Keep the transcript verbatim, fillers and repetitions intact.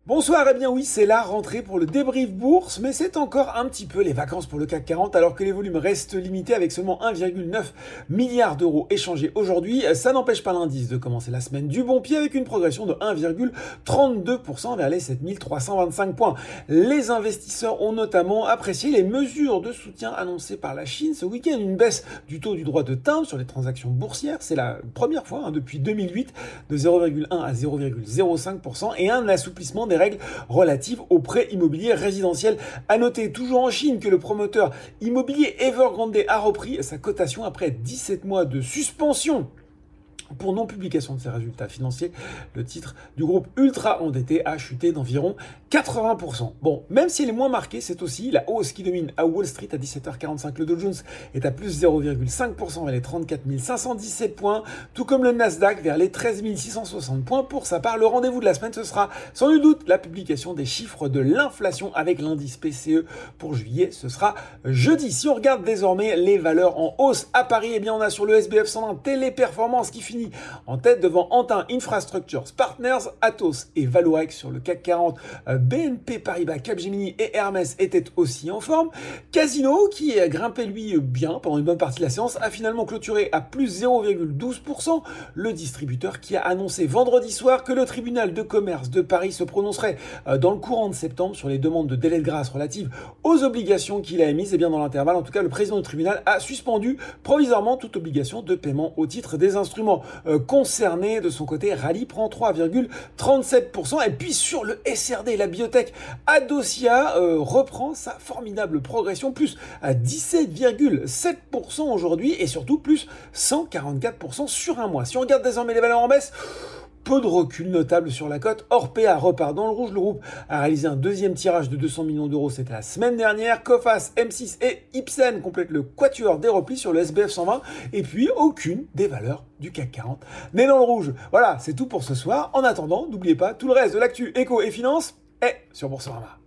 Bonsoir, eh bien oui, c'est la rentrée pour le débrief bourse, mais c'est encore un petit peu les vacances pour le C A C quarante alors que les volumes restent limités avec seulement un virgule neuf milliard d'euros échangés aujourd'hui. Ça n'empêche pas l'indice de commencer la semaine du bon pied avec une progression de un virgule trente-deux pour cent vers les sept mille trois cent vingt-cinq points. Les investisseurs ont notamment apprécié les mesures de soutien annoncées par la Chine ce week-end. Une baisse du taux du droit de timbre sur les transactions boursières, c'est la première fois hein, depuis deux mille huit de zéro virgule un à zéro virgule zéro cinq pour cent et un assouplissement des règles relatives aux prêts immobiliers résidentiels. À noter toujours en Chine que le promoteur immobilier Evergrande a repris sa cotation après dix-sept mois de suspension pour non-publication de ses résultats financiers. Le titre du groupe ultra endetté a chuté d'environ quatre-vingts pour cent. Bon, même si elle est moins marquée, c'est aussi la hausse qui domine à Wall Street à dix-sept heures quarante-cinq. Le Dow Jones est à plus zéro virgule cinq pour cent vers les trente-quatre mille cinq cent dix-sept points, tout comme le Nasdaq vers les treize mille six cent soixante points. Pour sa part, le rendez-vous de la semaine, ce sera sans nul doute la publication des chiffres de l'inflation avec l'indice P C E pour juillet. Ce sera jeudi. Si on regarde désormais les valeurs en hausse à Paris, eh bien on a sur le S B F cent vingt Téléperformance qui finit en tête devant Antin Infrastructures Partners, Atos et Valorex. Sur le C A C quarante. B N P Paribas, Capgemini et Hermès étaient aussi en forme. Casino, qui a grimpé lui bien pendant une bonne partie de la séance, a finalement clôturé à plus zéro virgule douze pour cent. Le distributeur qui a annoncé vendredi soir que le tribunal de commerce de Paris se prononcerait dans le courant de septembre sur les demandes de délai de grâce relatives aux obligations qu'il a émises. Et bien dans l'intervalle, en tout cas, le président du tribunal a suspendu provisoirement toute obligation de paiement au titre des instruments euh, concernés. De son côté, Rallye prend trois virgule trente-sept pour cent. Et puis sur le S R D, la biotech Adocia euh, reprend sa formidable progression, plus à dix-sept virgule sept pour cent aujourd'hui et surtout plus cent quarante-quatre pour cent sur un mois. Si on regarde désormais les valeurs en baisse, peu de recul notable sur la cote. Orpea repart dans le rouge. Le groupe a réalisé un deuxième tirage de deux cents millions d'euros. C'était la semaine dernière. Coface, M six et Ipsen complètent le quatuor des replis sur le S B F cent vingt. Et puis, aucune des valeurs du C A C quarante n'est dans le rouge. Voilà, c'est tout pour ce soir. En attendant, n'oubliez pas, tout le reste de l'actu éco et finance est sur Boursorama.